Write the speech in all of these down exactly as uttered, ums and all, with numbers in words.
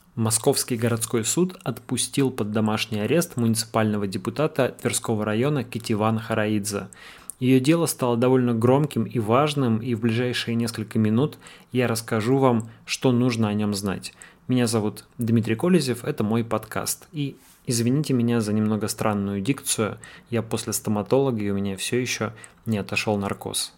Московский городской суд отпустил под домашний арест муниципального депутата Тверского района Кетиван Хараидзе. Ее дело стало довольно громким и важным, и в ближайшие несколько минут я расскажу вам, что нужно о нем знать. Меня зовут Дмитрий Колезев, это мой подкаст. И извините меня за немного странную дикцию, я после стоматолога, и у меня все еще не отошел наркоз.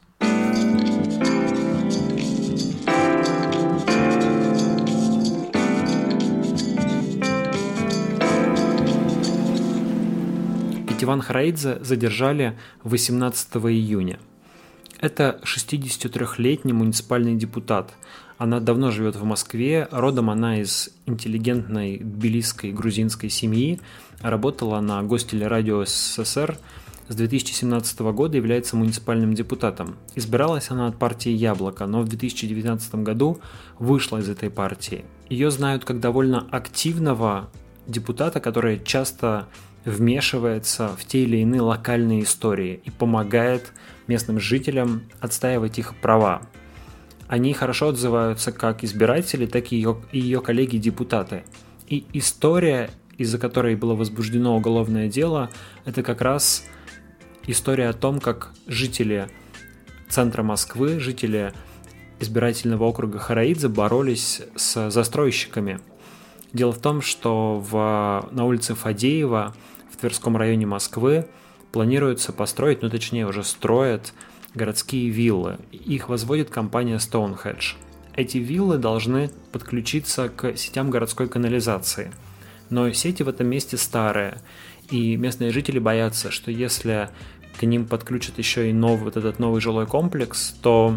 Кетиван Хараидзе задержали восемнадцатого июня. Это шестидесятитрёхлетний муниципальный депутат. Она давно живет в Москве, родом она из интеллигентной тбилисской грузинской семьи, работала на Гостелерадио СССР, с две тысячи семнадцатого года является муниципальным депутатом. Избиралась она от партии «Яблоко», но в две тысячи девятнадцатом году вышла из этой партии. Ее знают как довольно активного депутата, который часто вмешивается в те или иные локальные истории и помогает местным жителям отстаивать их права. Они хорошо отзываются как избиратели, так и ее, и ее коллеги-депутаты. И история, из-за которой было возбуждено уголовное дело, это как раз история о том, как жители центра Москвы, жители избирательного округа Хараидзе боролись с застройщиками. Дело в том, что в, на улице Фадеева в Тверском районе Москвы планируется построить, ну точнее уже строят городские виллы. Их возводит компания Stonehenge. Эти виллы должны подключиться к сетям городской канализации. Но сети в этом месте старые, и местные жители боятся, что если к ним подключат еще и новый, вот этот новый жилой комплекс, то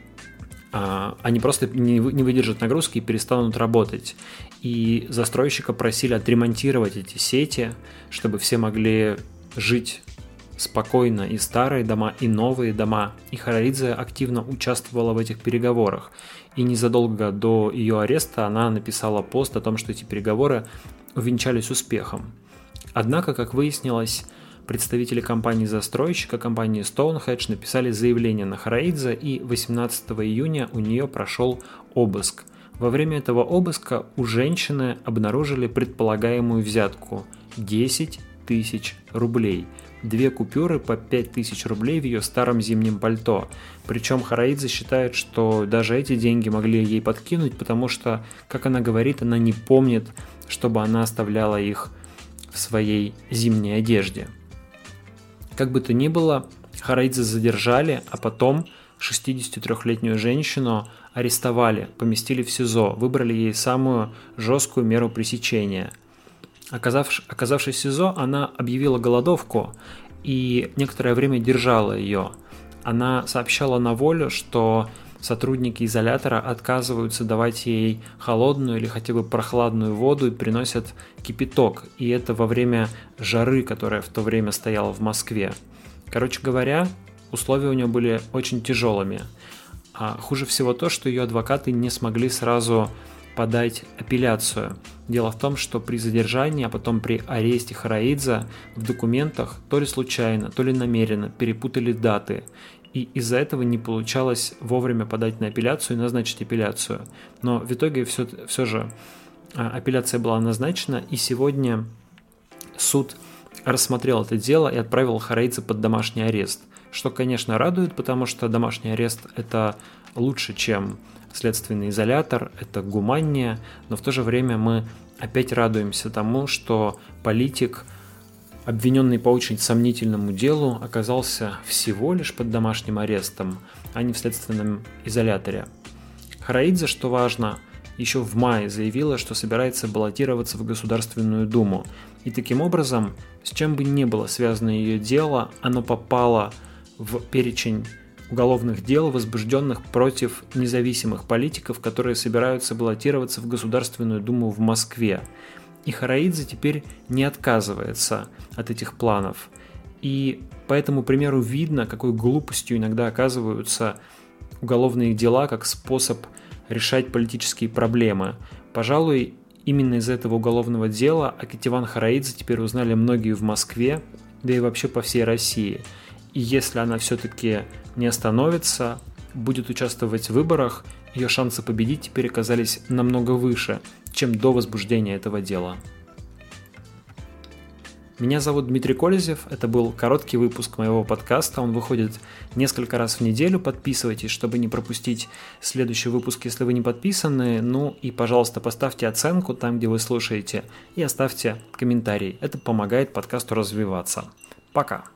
а, они просто не, не выдержат нагрузки и перестанут работать. И застройщика просили отремонтировать эти сети, чтобы все могли жить спокойно, и старые дома, и новые дома. И Хараидзе активно участвовала в этих переговорах. И незадолго до ее ареста она написала пост о том, что эти переговоры увенчались успехом. Однако, как выяснилось, представители компании-застройщика, компании Stonehenge, написали заявление на Хараидзе, и восемнадцатого июня у нее прошел обыск. Во время этого обыска у женщины обнаружили предполагаемую взятку – десять тысяч рублей. Две купюры по пять тысяч рублей в ее старом зимнем пальто. Причем Хараидзе считает, что даже эти деньги могли ей подкинуть, потому что, как она говорит, она не помнит, чтобы она оставляла их в своей зимней одежде. Как бы то ни было, Хараидзе задержали, а потом шестидесятитрёхлетнюю женщину арестовали, поместили в СИЗО, выбрали ей самую жесткую меру пресечения. Оказавшись, оказавшись в СИЗО, она объявила голодовку и некоторое время держала ее. Она сообщала на волю, что сотрудники изолятора отказываются давать ей холодную или хотя бы прохладную воду и приносят кипяток. И это во время жары, которая в то время стояла в Москве. Короче говоря, условия у нее были очень тяжелыми. А хуже всего то, что ее адвокаты не смогли сразу подать апелляцию. Дело в том, что при задержании, а потом при аресте Хараидзе в документах то ли случайно, то ли намеренно перепутали даты. И из-за этого не получалось вовремя подать на апелляцию и назначить апелляцию. Но в итоге все, все же апелляция была назначена, и сегодня суд рассмотрел это дело и отправил Хараидзе под домашний арест. Что, конечно, радует, потому что домашний арест – это лучше, чем следственный изолятор, это гуманнее, но в то же время мы опять радуемся тому, что политик, обвиненный по очень сомнительному делу, оказался всего лишь под домашним арестом, а не в следственном изоляторе. Хараидзе, что важно, еще в мае заявила, что собирается баллотироваться в Государственную Думу. И таким образом, с чем бы ни было связано ее дело, оно попало в перечень уголовных дел, возбужденных против независимых политиков, которые собираются баллотироваться в Государственную Думу в Москве. И Хараидзе теперь не отказывается от этих планов. И по этому примеру видно, какой глупостью иногда оказываются уголовные дела как способ решать политические проблемы. Пожалуй, именно из этого уголовного дела о Кетиван Хараидзе теперь узнали многие в Москве, да и вообще по всей России. И если она все-таки не остановится, будет участвовать в выборах ее шансы победить теперь оказались намного выше, чем до возбуждения этого дела. Меня зовут Дмитрий Колезев, это был короткий выпуск моего подкаста, он выходит несколько раз в неделю, подписывайтесь, чтобы не пропустить следующий выпуск, если вы не подписаны, ну и, пожалуйста, поставьте оценку там, где вы слушаете, и оставьте комментарий, это помогает подкасту развиваться. Пока!